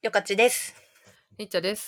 よかちです。 りっちゃです。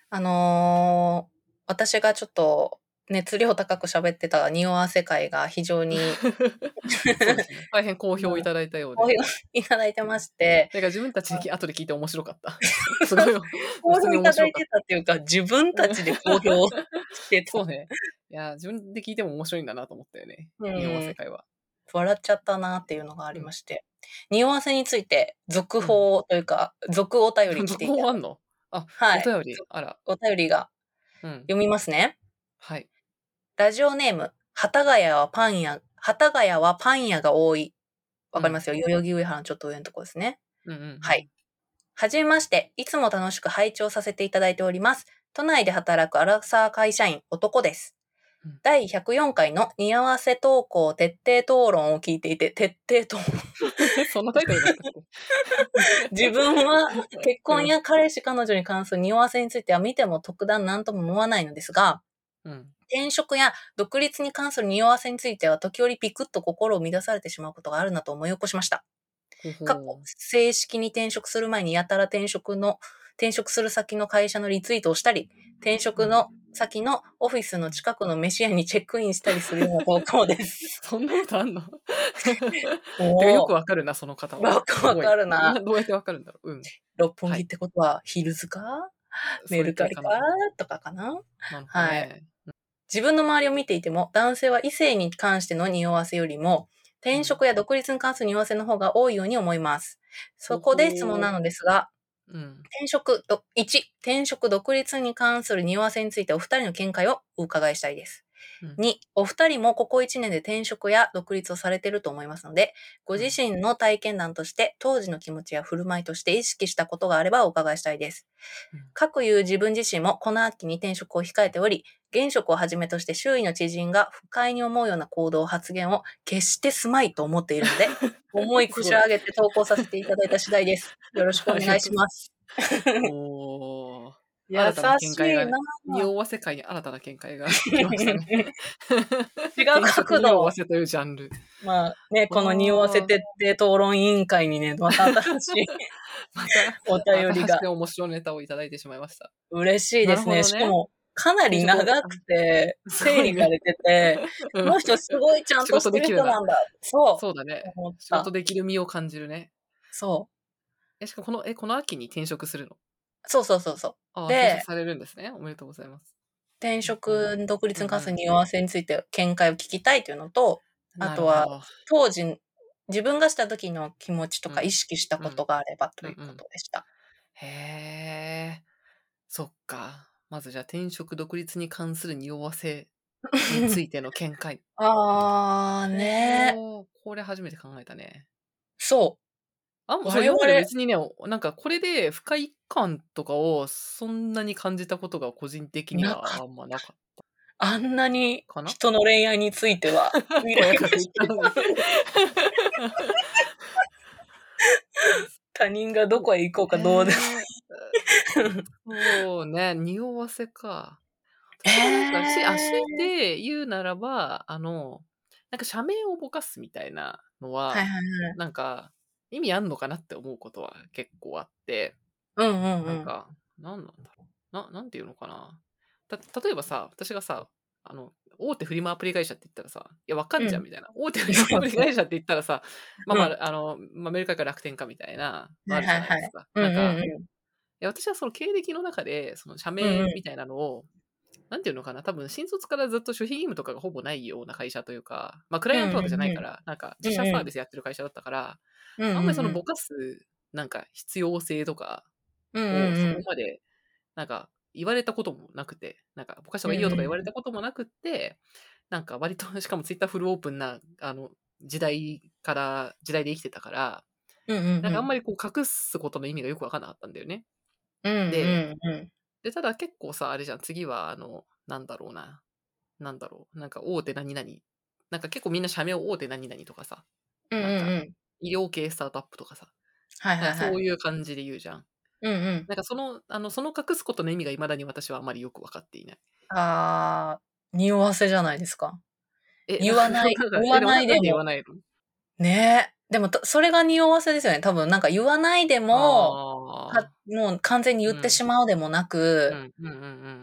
私がちょっと熱量高く喋ってた匂わせ会が非常にそうですね。大変好評いただいたようで。 好評いただいてまして、 だから自分たちで後で聞いて面白かった。すそうごい、普通に好評いただ面白かった。 いてたっていうか、自分たちで好評してた。 そうね。いや、自分で聞いても面白いんだなと思ったよね。 う匂わせん、 会は。 笑っちゃったなっていうのがありうん。 まして、匂わせについて続うん。 報というか、続お便り来続ていただいて、 報あんの？あ、 はい、 お便り。あら。 お便りがうん。 読みますね。 はい。 ラジオネーム、幡ヶ谷はパン屋が多い。わうん。 かりますよ。代々木上原のちょっと上のところですね。 うんうんうはい。 ん。 はじめまして。いつも楽しく拝聴させていただいております。都内で働くアラサー会社員、男です。 うん。 第104回の似合わせ投稿徹底討論を聞いていて、徹底討論。 そんなタイトルだったっけ？ 自分は結うん。 婚や彼氏彼女に関する匂わせについては見ても特段何とも思わないのですが、 うん。 転職や独立に関する匂わせについては時折ピクッと心を乱されてしまうことがあるなと思い起こしました。 ほ過去、 ほ正式に転職する前にやたら転職する先の会社のリツイートをしたり、転う。うん。 職の先のオフィスの近くの飯屋にチェックインしたりするような投稿です。 そんなことあんの？てかよくおー、 わかるな、その方は。 わすごい。 かるな。 どうやってわかるんだろう。うん。 六本はい。 木ってことはヒルズかメそういうルカリか系かな。 とかかな。 なるほどはい。 ね。 自分の周りを見ていても、男性は異性に関しての匂わせよりも、転うん。 職や独立に関する匂わせの方が多いように思います。そほこで質問ほー。 なのですが、 うん。 1、転職独立に関する匂わせについてお二人の見解をお伺いしたいです。 うん。 2、お二人もここ1年で転職や独立をされていると思いますので、ごうん。 自身の体験談として当時の気持ちや振る舞いとして意識したことがあればお伺いしたいです。 うん。 各いう自分自身もこの秋に転職を控えており、現職をはじめとして周囲の知人が不快に思うような行動発言を決してすまいと思っているので、重いすごい。 腰を上げて投稿させていただいた次第です。よろしくおあり願いがとうございます。 します。 おー。 優新たな見しいな解がね、 ぁ。 匂わせ界に新たな見解ができましたね。 違う転職角度。 匂わせというジャンル。 まあね、この匂わせわー。 徹底討論委員会にね、また新しいまた、 お便りが新しい面白いネタをいただいてしまいました。 嬉しいなるですね。 ほどね。 しかも、かなり転職を、 長くて、 すごいね。 整理されてて、 うん。 この人すごいちゃん仕事としてできるな。 る人なんだ。そう、 そうだね。 思っ仕事た。 できる身を感じるね。 そう。 しかもこの秋に転職するの？ そうそうそうそう。 ああ、転職で、 されるんですね。おめでとうございます。 転うん。 職、独立に関するうん匂わせについて見解を聞きたいというのと、 うん。 あとは、 なるほど。 当時、自分がした時の気持ちとうん。 か意識したうん。 ことがあればというこうんうん。 とでした。 へえ。そっか。まずじゃあ転職独立に関する匂わせについての見解。 あーね。 ほー。これ初めて考えたね。 そう。 そう、 我々、 今まで別にね、なんかこれで不快感とかをそんなに感じたことが個人的になかはあんまなかっあんなにたかな。 人の恋愛については、イライラとやかく言っしてたのに。 たのに、他人がどそうこへ行こうかどうでも。 ね。そうね、匂わせか。 え私はなんか、強いえ。 て言うならば、なんか社名をぼかすみたいなのは、 はいはいはい。 なんか、意味あんのかなって思うことは結構あって、 うんうんうん。 なんか、なんなんだろう。なんていうのかな。例えばさ、私がさ、大手フリマアプリ会社って言ったらさ、いや、わかんうん。 じゃんみたいな。大手フリマアそうそう。 プリ会社って言ったらさ、 うん。 メルカリか楽天かみたいなのはいあるじゃはいはい。 ないですか。 うんなんか、 うんうん。 いや、私はその経歴の中で、その社うんうん。 名みたいなのを、なんていうのかな、多分新卒からずっと守秘義務とかがほぼないような会社というか、まあ、クラうんイアントワークじゃうんうん。 ないから、なんか自社サーうんうん。 ビスやってる会社だったから、 うんあんまりそうんうん。 のぼかす、なんか必要性とかうんをそうんうん。 こまで、なんか言われたこともなくて、なんかぼかしたうん方がいいよとか言われうん。 たこともなくって、なんか割と、しかもツイッターフルオープンな、時代で生きてたから、 うんうんなんかあんうん。 まりこう隠すことの意味がよくわかんなかったんだよね。 うんで、 うんうん。 ただ結構さ、あれじゃん、次はなんだろうな。なんだろう、なんか大手何々、なんか結構みんな社名を大手何々とかさ、 うんなんかうんうん。 医療系スタートアップとかさ、 はいはいはい。 なんかそういう感じで言うじゃん。 うんうん。 なんかその隠すことの意味が未だに私はあまりよくわかっていない。 ああ、匂わせじゃないですか。 え、 言わない、言わでもなんで言ないでも、 わないの？ ねえ。 でもそれが匂わせですよね。多分なんか言わないでも、 ああ。 もう完全に言ってうん。 しまうでもなうく、 んうんうんうん。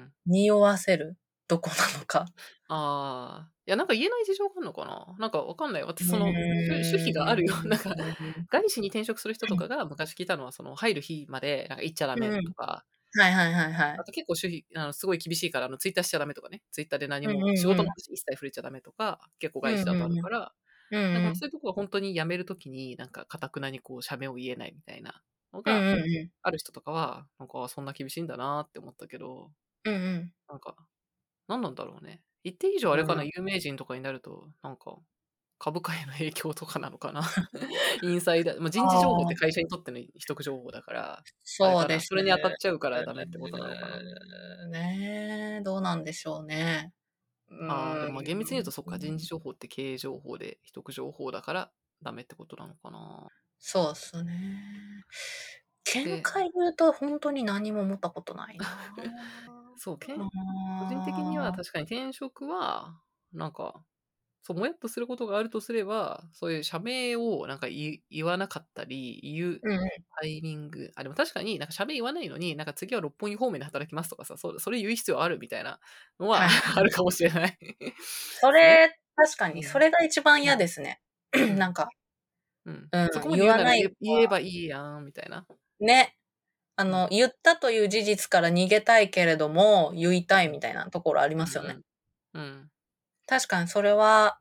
匂わせる。どこなのか。 ああ。いや、なんか言えない事情があるのかな？なんかわかんない。 う私主義があるよ。なんか、 ーん。 外資に転職する人とかが昔聞いたのは、入る日まで、なんか行っちゃダうんうん。 メとか、 はいはいはいはい。 あと結構すごい厳しいから、ツイッターしちゃダメとかね、ツイッターで何うんうんも仕事うん。 の話一切触れちゃダメとか、結構うんうん外資だとあるうん。 から、 うんなんかうん。 そういうとこは本当に辞めるときに、なんか頑くなにこう社名を言えないみたいなのうんがうんうん。 ある人とかは、なんかそんな厳しいんだなって思ったけど、 うんうん。 なんか、何なんだろうね。一定以上あれかな、 うん。 有名人とかになると、なんか、株価への影響とかなのかな。インサイダー、まあ、人事情報ってああ、 会社にとっての秘匿情報だから、あれかな、 そうですそれに当たっちゃうからダメってことなのかな。 ね。どうなんでしょうね。うああ、でーもまあ厳密に言うとそっか、人ん。 事情報って経営情報で秘匿情報だからダメってことなのかな。 そうっすね。見で、 解で言うとほんとに何も思ったことないな。 そう、個人的にはああ。 確かに転職は、なんか、そう、もやっとすることがあるとすれば、そういう社名をなんか言わなかったり、言ううんうん。 タイミング、あ、でも確かになんか社名言わないのに、なんか次は六本木方面で働きますとかさ、それ言う必要あるみたいなのははいはいあはい。 るかもしれない。 そそれれ、確かに、そうん、 れが一番うん、 嫌ですね。 うん、 なんか、 うん。 うん、 そこまで言うなら言わない言えばいいやんみたいな。 ね。 うん、 言ったという事実から逃げたいけれども、言いたいうん、 みたいなところありますよね。 うん、うん。うん。 確かにそれは、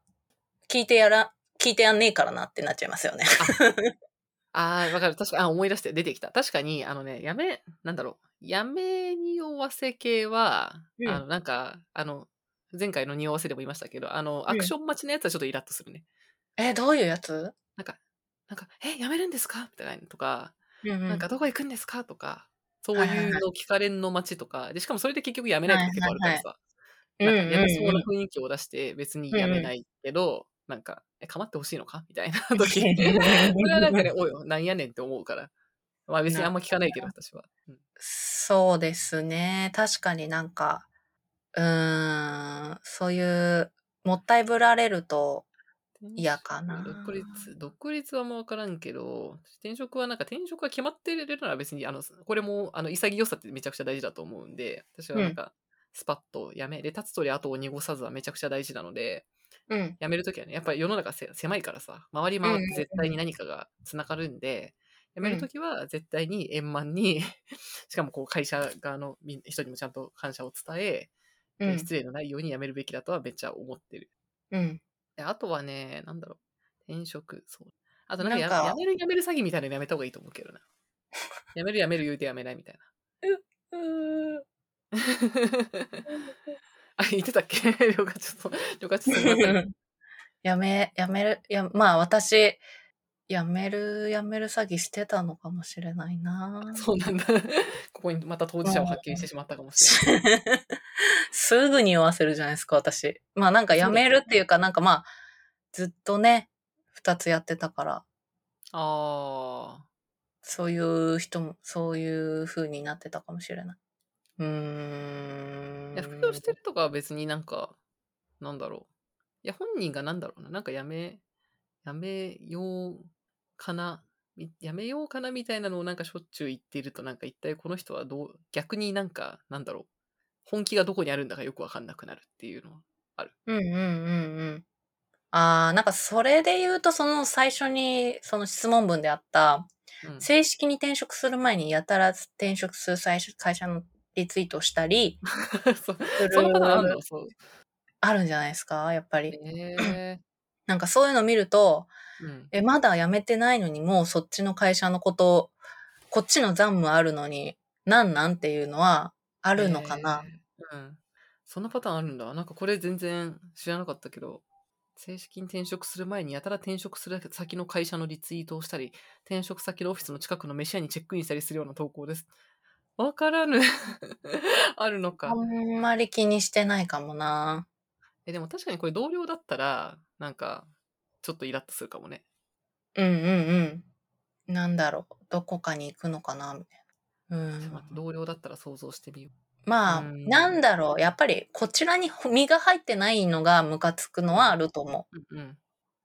聞いてやんねえからなってなっちゃいますよね。 あ、わかる。確かに、思い出して、出てきた。確かに、なんだろう、やめ匂わせ系は、 うん、 なんか、前回の匂わせでも言いましたけど、アクうん。 ション待ちのやつはちょっとイラッとするね。 どういうやつ？ なんかやめるんですか？みたいなとか、 うんうん。 なんか、どこ行くんですか？とか、そういうはいはいはい。 の聞かれんの待ちとか、で、しかもそれで結局辞めないはいとか結構あるはいはい。 からさ、 うんなんか辞めそうなうんうん。 雰囲気を出して別にうんうん。 辞めないけど、なんか、構ってほしいのか？みたいな時、それはなんかね、おい、なんやねんって思うから。まあ、別にあんま聞かないけど、私は。うん。 そうですね。確かになんか、そういう、もったいぶられると転嫌か職、 な。 独立はもう分からんけど、転職が決まってるなら別に、これも、潔さってめちゃくちゃ大事だと思うんで、私はうん、 なんか、スパッとで、立つ鳥後を濁さずはめちゃくちゃ大事なので、 うん、 辞めるときはね、やっぱり世の中狭いからさ、回りうんうん回って絶対にうん、 何かが繋がるんで、辞めるとうん、 きは絶対に円満にしかもこう会社側の人にもちゃんと感謝を伝え、で、 うん、 失礼のないように辞めるべきだとはめっちゃ思ってる。 うん。 で、あとはね、なんだろう、転職、そう。あとなんかなんか、 辞める詐欺みたいなのやめた方がいいと思うけどな。辞める言うて辞めないみたいな。 ううー。 あ、言ってたっけ了解そんなタイプ。 まあ、私、やめる詐欺してたのかもしれないな。 そうなんだ。ここにまた当事者をも発見してしまったかもう、 しれない。 すぐに言わせるじゃないですか、私。まあ、なんかあ、そやめうだっけ？ るっていうか、なんか、まあ、ずっとね、2つやってたから、 ああ。 そういう人も、そういう風になってたかもしれない。うーいや、副業ん。 してるとかは別になんか、なんだろう。いや、本人がなんだろうな、なんかやめようかな、やめようかなみたいなのをなんかしょっちゅう言っていると、なんか一体この人は逆になんか、なんだろう。本気がどこにあるんだかよくわかんなくなるっていうのはある。 うんうんうんうん。ああ、なんかそれで言うと、その最初にその質問文であった、 うん。 正式に転職する前にやたら転職する会社のリツイートをしたりそすそのパターンあんるの？そう。 あるんじゃないですか、やっぱり。 ええ。 なんかそういうの見ると、 うん。 まだ辞めてないのに、もうそっちの会社のこと、こっちの残務あるのに、なんっていうのはあるのかへな。 え。うん。そんなパターンあるんだ。なんかこれ全然知らなかったけど、正式に転職する前にやたら転職する先の会社のリツイートをしたり、転職先のオフィスの近くの飯屋にチェックインしたりするような投稿です。わからぬ。あるのか。 あんまり気にしてないかもな。 でも確かにこれ同僚だったら、なんか、ちょっとイラッとするかもね。 うんうんうん。なんだろう、どこかに行くのかなみたいな。 ちょっと待って、同僚だったら想像してみよう。うーまあ、なん。 んだろう、やっぱりこちらに身が入ってないのがムカつくのうん。 はあると思う。 うんうん。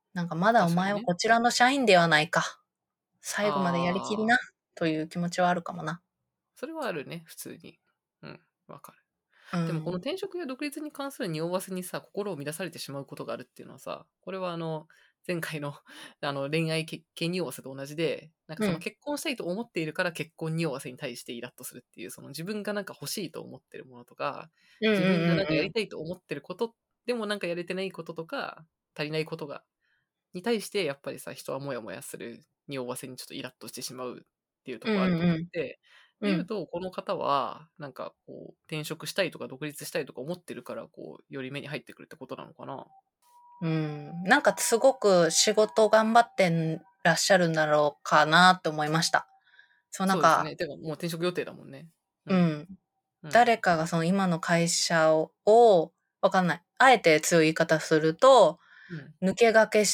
なんかまだお確かにね。 前はこちらの社員ではないか。最後までやりきりああ、 な。という気持ちはあるかもな。 それはあるね、普通に。うん、わかる。でもこのうん。 転職や独立に関する匂わせにさ、心を乱されてしまうことがあるっていうのはさ、これは前回の恋愛経験匂わせと同じで、なんかそのうん。 結婚したいと思っているから結婚匂わせに対してイラッとするっていう、その自分がなんか欲しいと思ってるものとか、 うん自分がなんかやうんうんりたいと思ってること、でもなんかやれてないこととか、足りないことが、に対してやっぱりさ、人はモヤモヤする匂わせにちょっとイラッとしてしまうっていうとうん。 ころあると思っうんて、 うんうん。 で言うと、この方は、なんかこう、転職したいとか独立したいとか思ってるから、こう、より目に入ってくるってことなのかな。 うん。なんかすごく仕事頑張ってらっしゃるんだろうかなって思いました。そうなんか、 そうですね。てか、もう転職予定だもんね。うん。 うん。 うん。 誰かがその今の会社わかんない。あえて強い言い方すると、 うん。 抜け駆けして、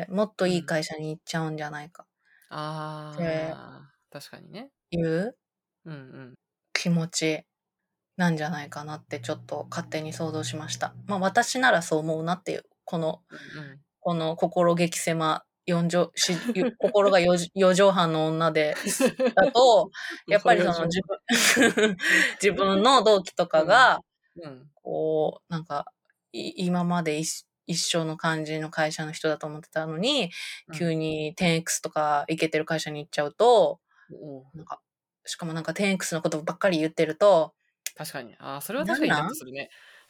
もっといいうん。 会社に行っちゃうんじゃないかってあー、確かにね。 いううんうん。 気持ちなんじゃないかなってちょっと勝手に想像しました。まあ私ならそう思うなっていう、 うんうん。 この心激狭、心が四畳半の女だと、やっぱりそのこれが自分の同期とうん。 かが、 うん。 こう、なんか、今まで一緒の感じの会社の人だと思ってたのに、 うん。 急に 10X とかイケてる会社に行っちゃうと、 おう、 なんか、しかもなんか 10X のことばっかり言ってると、 確かに。あー、それは確かにイラッなんなんとするね。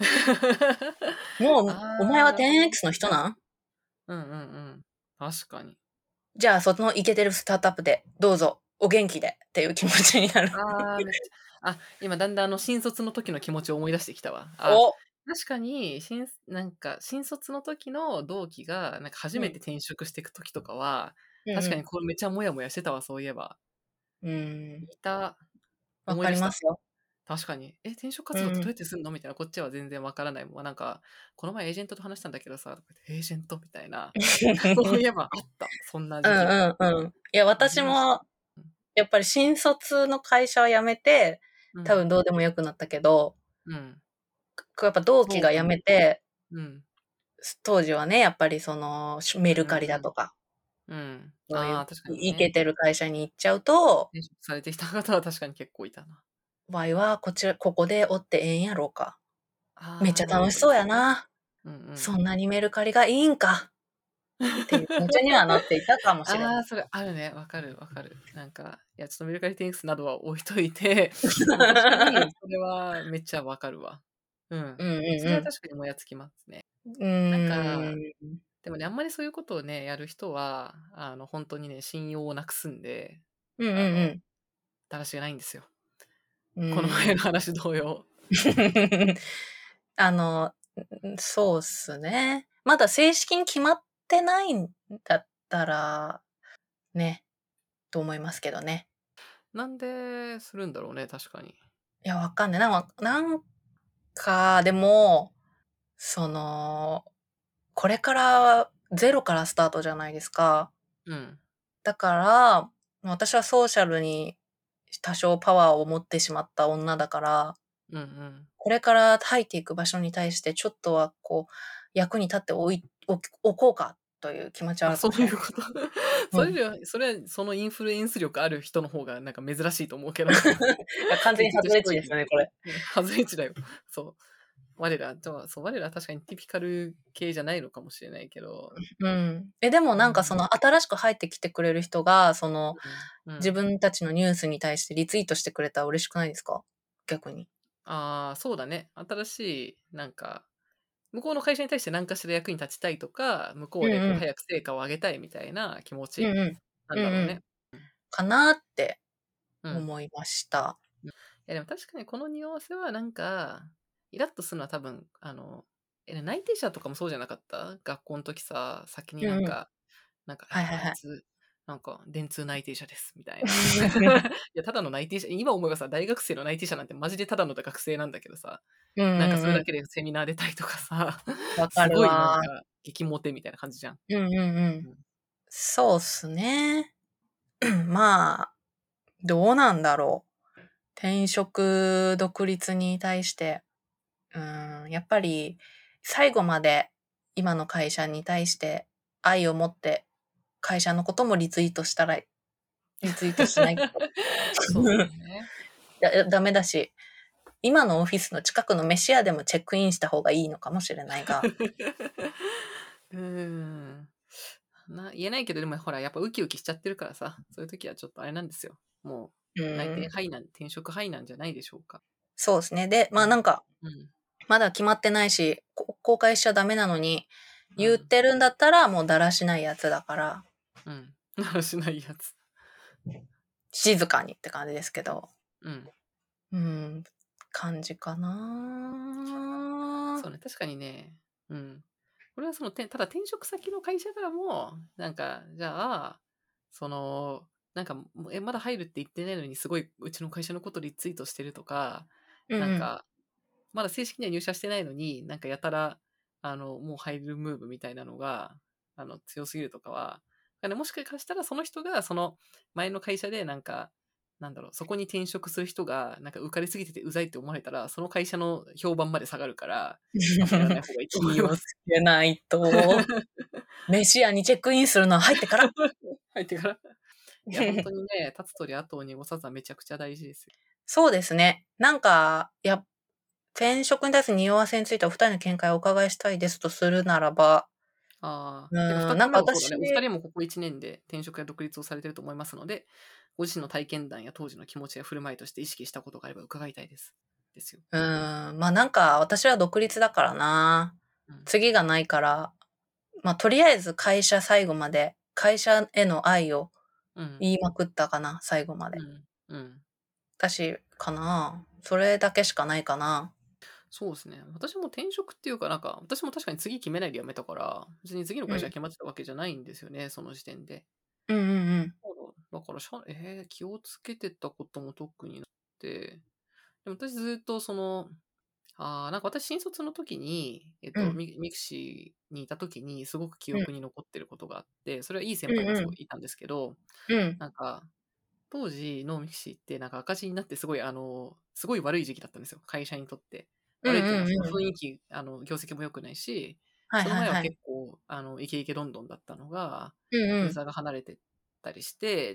もう、お前あー、 はなるほどね。 10X の人なんうんうんうん。確かに。 じゃあ、そのイケてるスタートアップで、どうぞ、お元気でっていう気持ちになる。 ああ、めっちゃ、今だんだん新卒の時の気持ちを思い出してきたわ。 お確かに、なんか、新卒の時の同期が、なんか初うん。 めて転職していく時とかは、確かにうんこれめっちゃモヤモヤしてたわ、そういえば。 うん。うん。 いた、 わか思い出した。 りますよ。 確かに。転職うん。 活動ってどうやってすんのみたいな、こっちは全然わからないもん。なんか、この前エージェントと話したんだけどさ、とか言ってエージェントみたいな。そういえばあった。そんなうん時期。 うんうん。いや、 ありました。 私も、やっぱり新卒の会社を辞めて、 うん。 多分どうでもよくなったけど、 うん。 やっぱ同期が辞そうかも。 めて、 うん。 当時はね、やっぱりメうんルカリうんだとか、 うん。うん。 そういうああ、確かにね。 イケてる会社に行っちゃうと、 転職されてきた方は確かに結構いたな。 わいはここでおってええんやろうか。めっああ、 ちゃなるほどね。 楽しそうやな。 うんうん。 そんなにメルカリがいいんか。っていう気持ちにはなっていたかもしれない。 ああ、それあるね。わかるわかる。なんか、いや、ちょっとメルカリテンクスなどは置いといて、でも確かにそれはめっちゃわかるわ。うん。 うんそれはうん確かにもやつきますね。 うなんん。 か、 ん。 でもね、あんまりそういうことをね、やる人は、本当にね、信用をなくすんで、 うんあの、 うんだらしがないんですよ。 うん。 この前うん。 の話同様。 あの、そうっすね。まだ正式に決まってないんだったら、ね、と思いますけどね。 なんでするんだろうね、確かに。 いや、わかんない。なんか、でも、その、これからゼロからスタートじゃないですか。 うん。 だから、私はソーシャルに多少パワーを持ってしまった女だから、 うんうん。 これから入っていく場所に対してちょっとはこう、役に立っておこうかという気持ちはあるかそうもしれない。 いうこと。 うん。 それはそのインフルエンス力ある人の方がなんか珍しいと思うけど。 いや、完全に結局外れ一人で。 値ですよね、これ。 うん、外れ値だよ。そう。我らは確かにティピカル系じゃないのかもしれないけど。 うん。でもなんかそうん。 の新しく入ってきてくれる人が、 うん。う自ん。 分たちのニュースに対してリツイートしてくれたら嬉しくないですか？逆に。 ああ、そうだね。新しい、なんか、向こうの会社に対して何かしら役に立ちたいとか、向こうでこううんうん。 早く成果を上げたいみたいな気持ちうんうん。 なんうんうん。 だろうね。 かなってうん。 思いました。 いやでも確かにこの匂わせはなんか、イラッとするのは多分、内定者とかもそうじゃなかった？学校の時さ、先にうんうん。はいはいはい。 あいつ、なんか、電通内定者です、みたいな。いや、ただの内定者、今思えばさ、大学生の内定者なんてマジでただの学生なんだけどさ、 うんなんかそれうんうん。 だけでセミナー出たりとかさ、 わかすごいなんるわ。 か、激モテみたいな感じじゃん。 うんうんうん。 うん。 そうっすね。まあ、どうなんだろう。転職、独立に対して、やっぱり最後まで今の会社に対して愛を持って会社のこともリツイートしたら、リツイートしないと。 そうね。 ダメだし、今のオフィスの近くの飯屋でもチェックインした方がいいのかもしれないが。 言えないけど、でもほら、やっぱウキウキしちゃってるからさ、そういう時はちょっとあれなんですよ。もう、内定範囲なん、転職範囲なんじゃないでしょうか。 そうですね。で、まあなんか、まだ決まってないし、公開しちゃダメなのに、言ってるんだったらもうだらしないやつだから。 だらしないやつ。 静かにって感じですけど。 うん。 感じかな。 そうね、確かにね。これはただ転職先の会社からも、なんか、じゃあ、なんか、まだ入るって言ってないのに、すごい、うちの会社のことリツイートしてるとか、なんか、まだ正式には入社してないのに、なんかやたら、もう入るムーブみたいなのが、強すぎるとかは、もしかしたらその人が、その前の会社でなんか、そこに転職する人が、なんか受かりすぎててうざいって思われたら、その会社の評判まで下がるから、あんまやらない方がいいと思います。 気をつけないと。飯屋にチェックインするのは入ってから。 入ってから。いや、本当にね、立つ鳥後を濁さずはめちゃくちゃ大事ですよ。 そうですね。なんか、転職に対する匂わせについてお二人の見解をお伺いしたいですとするならば、 てか2つなんか目もそうだね。お二私、 人もここ1年で転職や独立をされてると思いますので、ご自身の体験談や当時の気持ちや振る舞いとして意識したことがあれば伺いたいです。ですよ。 まあなんか私は独立だからな。次がないから、まあとりあえず会社最後まで、会社への愛を言いまくったかな、最後まで。私かな。それだけしかないかな。 そうですね。私も転職っていうか、なんか、私も確かに次決めないで辞めたから、別に次の会社が決まってたわけじゃないんですよね、その時点で。だから気をつけてたことも特になくて、でも私ずっとなんか私新卒の時に、ミクシーにいた時にすごく記憶に残ってることがあって、それはいい先輩がすごいいたんですけど、なんか、当時のミクシーってなんか赤字になってすごいすごい悪い時期だったんですよ、会社にとって。悪いっていうのはその雰囲気、業績も良くないし、その前は結構、イケイケどんどんだったのが、ユーザーが離れてったりして、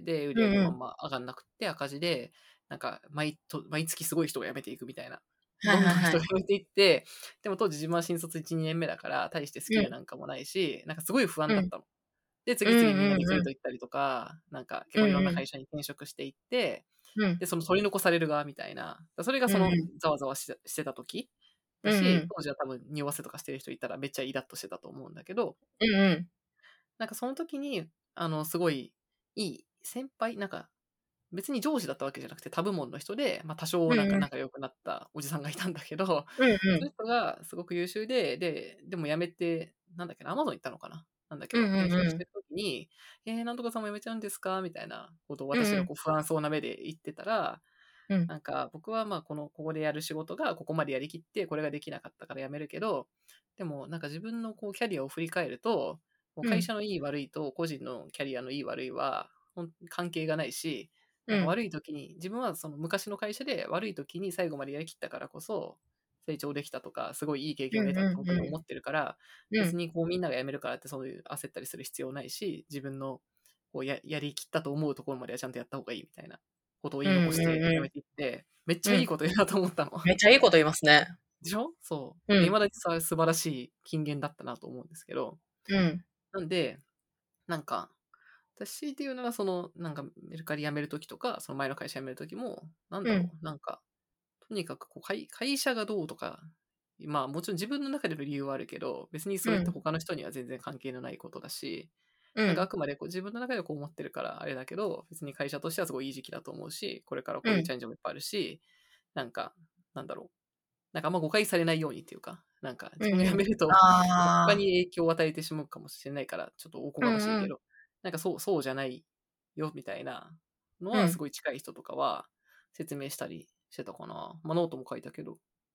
で、売り上げもあんま上がんなくて赤字で、なんか毎月すごい人が辞めていくみたいな。どんどん人が辞めていって、でも当時自分は新卒1、2年目だから、大してスキルなんかもないし、なんかすごい不安だったの。で、次々みんなリツイート行ったりとか、なんか結構いろんな会社に転職していって、で、その取り残される側みたいな、それがざわざわしてた時だし、当時は多分匂わせとかしてる人いたらめっちゃイラッとしてたと思うんだけど、なんかその時に、すごいいい先輩、なんか別に上司だったわけじゃなくて他部門の人で、まあ多少なんか仲良くなったおじさんがいたんだけど、その人がすごく優秀でも辞めて、なんだっけな、アマゾン行ったのかななんだけど、転職してる時に、なんとかさんも辞めちゃうんですかみたいなことを私がこう不安そうな目で言ってたら、なんか僕はまあここでやる仕事がここまでやりきってこれができなかったから辞めるけど、でもなんか自分のこうキャリアを振り返ると、もう会社のいい悪いと個人のキャリアのいい悪いは関係がないし、なんか悪い時に、自分はその昔の会社で悪い時に最後までやりきったからこそ成長できたとか、すごいいい経験を得たって本当に思ってるから、別にこうみんなが辞めるからってそういう焦ったりする必要ないし、自分のこうやりきったと思うところまではちゃんとやった方がいいみたいなことを言い残して辞めていって、めっちゃいいこと言うなと思ったの。 めっちゃいいこと言いますね。 でしょそう。未だに素晴らしい金言だったなと思うんですけど。なんで、なんか、私っていうのは、なんか、メルカリ辞めるときとか、その前の会社辞めるときも、なんか、とにかくこう会社がどうとか、まあもちろん自分の中での理由はあるけど、別にそれって他の人には全然関係のないことだし、なんかあくまでこう自分の中でこう思ってるからあれだけど、別に会社としてはすごいいい時期だと思うし、これからこういうチャレンジもいっぱいあるし、なんか、なんだろう。なんかあんま誤解されないようにっていうか、なんか自分が辞めると、他に影響を与えてしまうかもしれないから、ちょっとおこがましいけど、なんかそうじゃないよみたいなのは、すごい近い人とかは説明したりしてたかな。まあノートも書いたけど。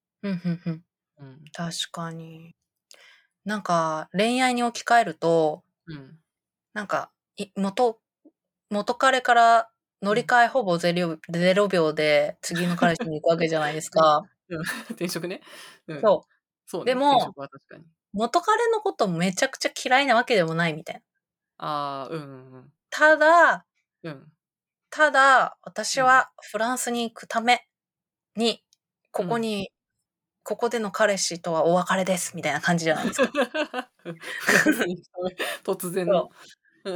確かに。なんか恋愛に置き換えると、なんか元彼から乗り換えほぼ0秒で次の彼氏に行くわけじゃないですか。 転職ね。 そう。 そうね。 でも、 転職は確かに。 元彼のことめちゃくちゃ嫌いなわけでもないみたいな。 ああ、うんうんうん。 ただ、 うん。 私はフランスに行くために、ここでの彼氏とはお別れです、みたいな感じじゃないですか。 フランスに行くため、突然の。 そう。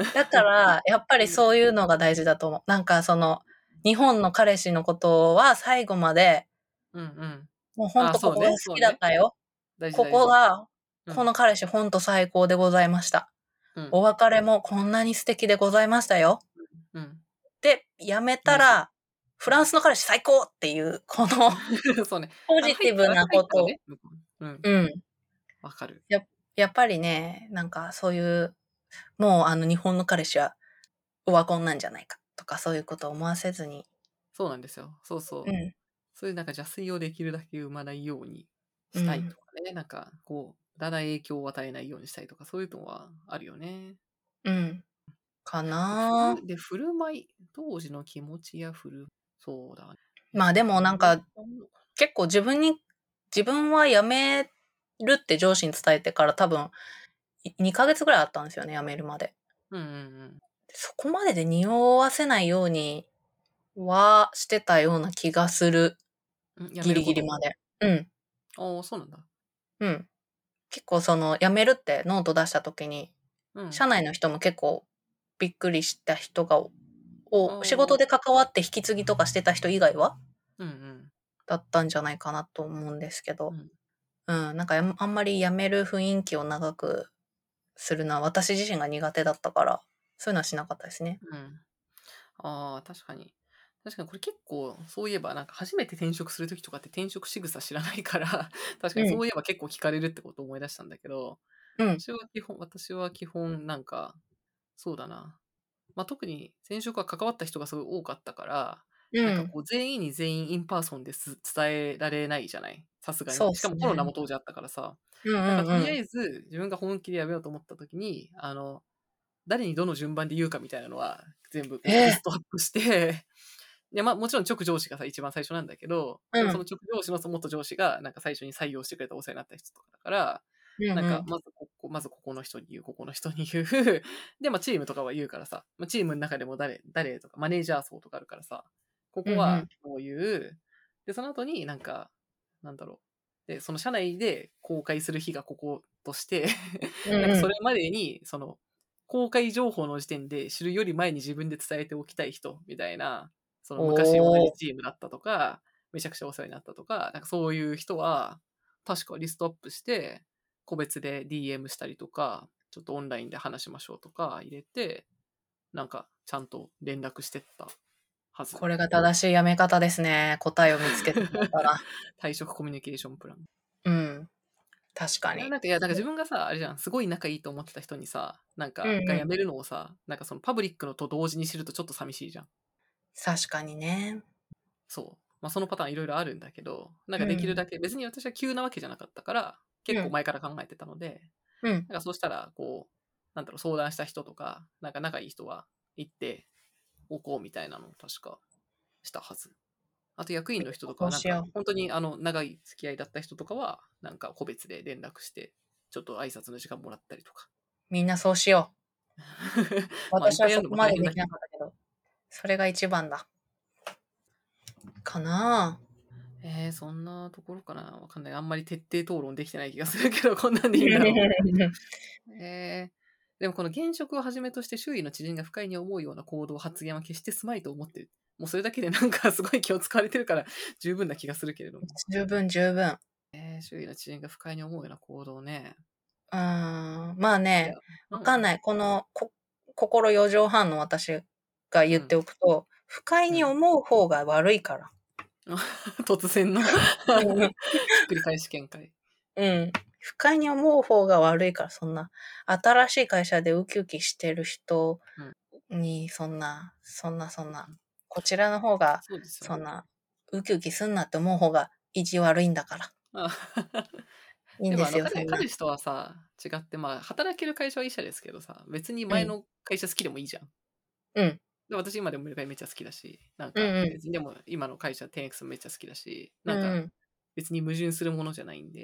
だから、やっぱりそういうのが大事だと思う。なんか日本の彼氏のことは最後まで、 うんうん。 もうほんとこそうね、 こが好きだっそうね。 たよ。こ大事大事。 こが、こうん。 の彼氏ほんと最高でございました。 うん。 お別れもこんなに素敵でございましたよ。 うん。 で、やめた大事。 ら、フランスの彼氏最高っていう、このそうね。 ポジティブまたなことを、 入ったらね。向こううん。 うん。 わかる。 やっぱりね、なんかそういう、もう日本の彼氏はオワコンなんじゃないかとかそういうことを思わせずに。 そうなんですよ。そうそう。 うん。 そういうなんか邪推をできるだけ生まないようにしたいうん。 とかね。なんか、こう、無駄な影響を与えないようにしたいとか、そういうのはあるよね。 うん。かで、 な振る舞い、当時の気持ちやそうだね。 まあでもなんか、結構自分は辞めるって上司に伝えてから多分、2ヶ月ぐらいあったんですよね、辞めるまで。 うんうんうん。 そこまでで匂わせないようにはしてたような気がする。 やギリめることを。 ギリまで。うん。 ああ、そうなんだ。 うん。結構辞めるってノート出した時に、 うん。 社内の人も結構びっくりした人が、 あ仕事であ、 関わって引き継ぎとかしてた人以外はうんうん。 だったんじゃないかなと思うんですけど。 うん。 うん、なんかあんまり辞める雰囲気を長くするのは私自身が苦手だったから、そういうのはしなかったですね。 うん。ああ、確かに。確かにこれ結構、そういえばなんか初めて転職するときとかって転職仕草知らないから、確かうん、 にそういえば結構聞かれるってことを思い出したんだけど、 うん、 私は基本なんか、そうだな。まあ、特に前職は関わった人がすごい多かったから、 うん。 なんかこう全員に全員インパーソン伝えられないじゃない。さすがに。 そうっしかもコロナすね。 も当時あったからさ。 うんだからとりあうんうん。 えず自分が本気でやめようと思った時に、誰にどの順番で言うかみたいなのは全部こうリええ、 ストアップしてで、まあもちろん直上司がさ、一番最初なんだけど、でもそのうん、 直上司の元上司がなんか最初に採用してくれたお世話になった人とかだから、なんかうんうん。 まずここの人に言う、ここの人に言う。で、まあチームとかは言うからさ、まあ、チームの中でも誰とか、マネージャー層とかあるからさ、ここはうんうん。 こういう、で、その後になんか、なんだろう。で、その社内で公開する日がこことしてなんかそれうんうん。 までに、公開情報の時点で知るより前に自分で伝えておきたい人みたいな、その昔同じおー。 チームだったとか、めちゃくちゃお世話になったとか、なんかそういう人は、確かリストアップして、個別で DM したりとか、ちょっとオンラインで話しましょうとか入れて、なんかちゃんと連絡してったはず。 これが正しい辞め方ですね。答えを見つけてもらったら。 退職コミュニケーションプラン。 うん。確かに。 なんか自分がさ、あれじゃん、すごい仲いいと思ってた人にさ、なんか、 うんうん。 が辞めるのをさ、なんかそのパブリックのと同時に知るとちょっと寂しいじゃん。 確かにね。 そう。まあそのパターンいろいろあるんだけど、なんかできるうん。 だけ、別に私は急なわけじゃなかったから、結構うん。 前から考えてたので、 うん。 なんかそうしたら、こう、なんだろう、相談した人とか、なんか仲いい人は行っておこうみたいなのを確かしたはず。あと役員の人とかは、なんか、 そうしよ本当に長い付き合いだった人とかは、なんか個別で連絡して、ちょっと挨拶の時間もらったりとか。 う。みんなそうしよう。 まあ、いっ私はそこぱいやるのもまでできな大変だけど。 かったけど。それが一番だ。かなそんなところかなわかんない。あんまり徹底討論できてない気がするけど、こんなんでいいんだろうか。 ぁ。 でもこの現職をはじめとして周囲の知人が不快に思うような行動、発言は決してすまいと思ってる。もうそれだけでなんかすごい気を使われてるから十分な気がするけれども。 十分十分。 周囲の知人が不快に思うような行動ね。 まあいや、 ね、 うん。 わかんない。心4畳半の私が言ってうん。 おくと、不快うん。 に思う方が悪いから。 突然のうん。 ひっくり返し見解。 うん。不快に思う方が悪いから、そんな、新しい会社でウキウキしてる人うん。 に、そんな、こちらの方が、 そうですよ。 そんな、ウキウキすんなって思う方が意地悪いんだから。 あいいんですよ、そんな。 彼氏とはさ、違って、まあ、働ける会社は一社ですけどさ、別にうん。 前の会社好きでもいいじゃん。 うん。 で、私今でもめっちゃ好きだし、なんかうんうん。 別にでも今の会社 10X もめっちゃ好きだし、なんかうんうん。 別に矛盾するものじゃないんで、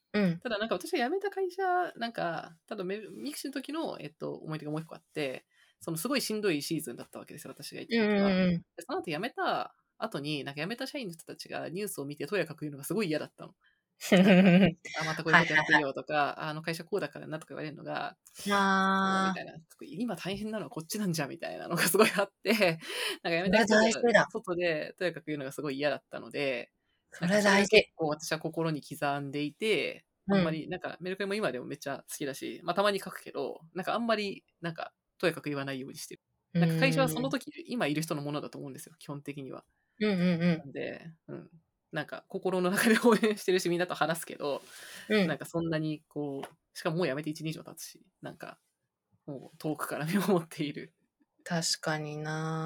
うん。 ただなんか私が辞めた会社、なんか、ただミクシーの時の、思い出がもう一個あって、そのすごいしんどいシーズンだったわけですよ、私が行っうんた時は。 うんうん。 でその後辞めた後に、なんか辞めた社員の人たちがニュースを見てとやかく言うのがすごい嫌だったの。なんか、またこういうはいことやってるよとか、あの会社こうだからなとか言われるのが、みたああ、 いな、今大変なのはこっちなんじゃみたいなのがすごいあって、なんか辞めそれた人が大事だ。 外でとやかく言うのがすごい嫌だったので、 そなんかそれが結れ大事。 構私は心に刻んでいて、あんまうん。 りなんかメルカリも今でもめっちゃ好きだし、まあたまに書くけど、なんかあんまりなんかとやかく言わないようにしてる。 うなんか会社はそーん。 の時、今いる人のものだと思うんですよ、基本的には。 うんうんうん。 なんで、なんか心の中で応援してるし、みんなと話すけど、 うん。 なんかそんなにこう、しかももう辞めて1年以上経つし、なんかもう遠くから見守っている。 確かに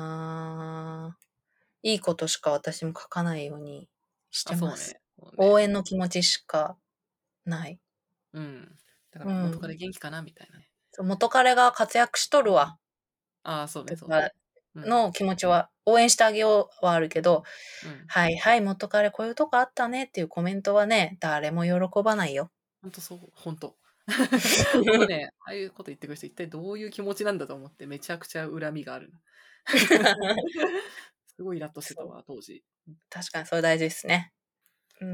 ないいことしか私も書かないようにしあ、 てます。 そうね。そう応ね。 援の気持ちしかない。 うん。だかうら元からん。 元気かなみたいなね。 そう元彼が活躍しとるわ、 ああ、そうね、 とかそうね。うん。 の気持ちは、応援してあげようはあるけど、 うん。 はいはい、元彼こういうとこあったねっていうコメントはね、誰も喜ばないよ。 ほんとそう、ほんと。ほんとね、ああいうこと言ってくる人、一体どういう気持ちなんだと思って、めちゃくちゃ恨みがある。すごいイラッとしてたそう、 わ、当時。 確かにそれ大事ですね。うん、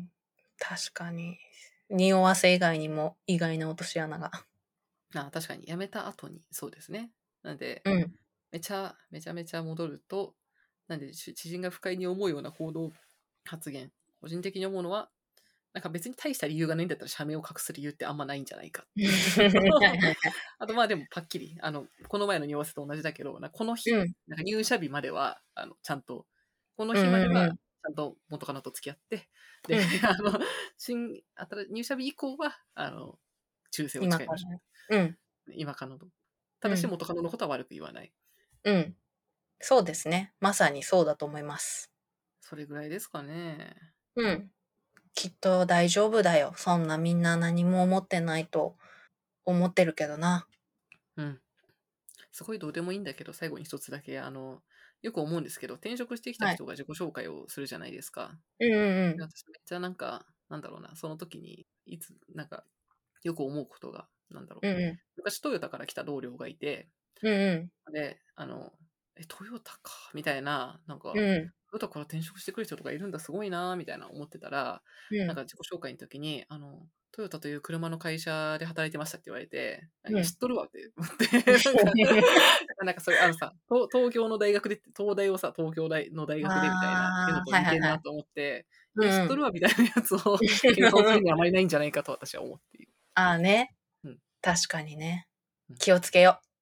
確かに。匂わせ以外にも意外な落とし穴が。 ああ、確かに辞めた後に、そうですね。なんで、 うん。 めちゃめちゃ戻ると、なんで、知人が不快に思うような行動、発言、個人的に思うのは、なんか別に大した理由がないんだったら社名を隠す理由ってあんまないんじゃないかっていうのと、 はいはいはい。 あとまあでもパッキリ、この前の匂わせと同じだけど、この日、 うん。 なんか入社日までは、ちゃんと、このうん日までは、 うんうん。 ちゃんと元カノと付き合って、で、 うん。 入社日以降は、忠誠を今から。 誓いましょうん。 う。今カノと。ただしうん。 元カノのことは悪く言わない。 うん。そうですね。まさにそうだと思います。 それぐらいですかね。 うん。きっと大丈夫だよ。そんなみんな何も思ってないと思ってるけどな。 うん。すごいどうでもいいんだけど、最後に一つだけ、よく思うんですけど、転職してきたはい。 人が自己紹介をするじゃないですか。 うんうんうん。 私めっちゃなんか、なんだろうな、その時に、なんか、よく思うことが、なんだろう。 うんうん。 昔トヨタから来た同僚がいて、 うんうん。 で、トヨタか、みたいな、なんか、 うん。 トヨタから転職してくる人とかいるんだ、すごいな、みたいな思ってたら、 うん。 なんか自己紹介の時に、トヨタという車の会社で働いてましたって言われて、いや、 うん。 知っとるわって思って、なんかそれ、東京の大学で、東大をさ、東京大の大学でみたいな、っていうのああ、 とはいはいはい。 似てんなと思って、いや、知っうんうん。 とるわみたいなやつを謙遜するにはあまりないんじゃないかと私は思っている。 ああね。 うん。 確かにね。 うん。 気をつけよう。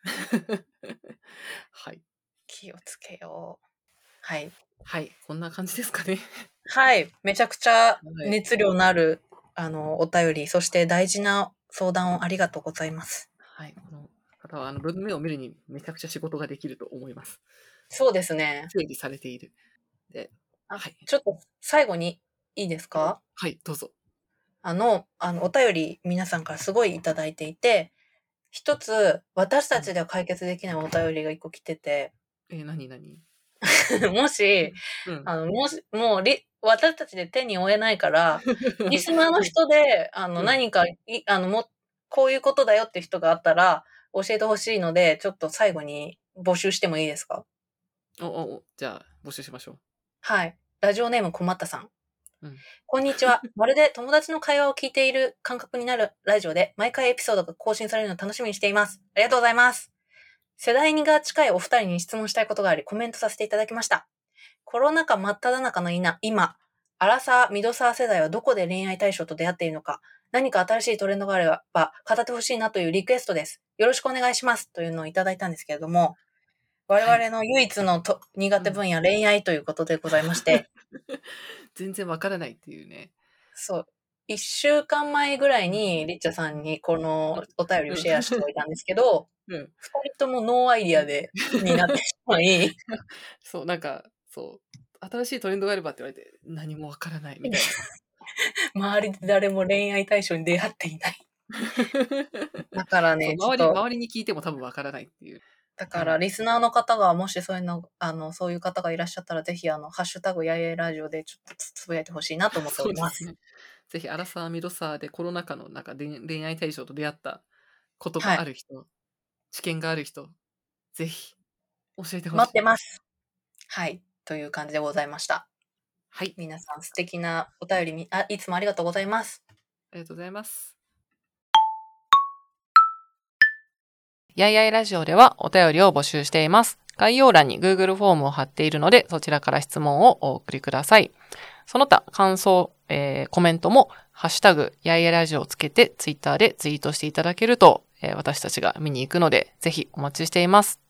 はい。 気をつけよう。はい。 はい。こんな感じですかね。 はい。めちゃくちゃはい。 熱量のある、お便り、そして大事な相談をありがとうございます。 はい。この方は、文面を見るにめちゃくちゃ仕事ができると思います。 そうですね。 整理されている。で、 あ、 はい。 ちょっと最後にいいですか？ はい、どうぞ。 お便り皆さんからすごいいただいていて、一つ私うん。 たちでは解決できないお便りが一個来てて、 何何？ もし、 うん。 もう私たちで手に負えないから、リスナーの人で、 うん。 何か、こういうことだよって人があったら、教えてほしいので、ちょっと最後に募集してもいいですか？ じゃあ、募集しましょう。 はい。ラジオネーム困ったさん。 うん。 こんにちは。まるで友達の会話を聞いている感覚になるラジオで、毎回エピソードが更新されるのを楽しみにしています。ありがとうございます。世代が近いお二人に質問したいことがあり、コメントさせていただきました。コロナ禍真っ只中の今、アラサー、ミドサー世代はどこで恋愛対象と出会っているのか、何か新しいトレンドがあれば語ってほしいなというリクエストです。よろしくお願いします。というのをいただいたんですけれども、我はい。 々の唯一の苦うん。 手分野、恋愛ということでございまして、 全然わからないっていうね。 そう、一週間前ぐらいにリッチャさんにこのお便りをうん。 シェアしておいたんですけど、 うん。 二人ともノーアイディアになってしまい、 そう、なんか、そう、新しいトレンドがあればって言われて、何もわからないみたいな。 周りで誰も恋愛対象に出会っていない。だからそう、 ね、ちょっと周りに聞いても多分わからないっていう。 だから、 うん。 リスナーの方が、もしそういうの、そういう方がいらっしゃったら、ぜひ、ハッシュタグやえラジオでちょっとつぶやいてほしいなと思っております。 そうですね。 ぜひアラサーミドサーでコロナ禍の中で恋愛対象と出会ったことがある人、知見がある人、ぜひ教えてほしい。 待ってます。はい。という感じでございました。 はい。 皆さん素敵なお便りいつもありがとうございます。 ありがとうございます。やいやいラジオではお便りを募集しています。概要欄に Google フォームを貼っているので、そちらから質問をお送りください。その他、感想、コメントも、ハッシュタグ、やいやラジオをつけて、Twitter でツイートしていただけると、私たちが見に行くので、ぜひお待ちしています。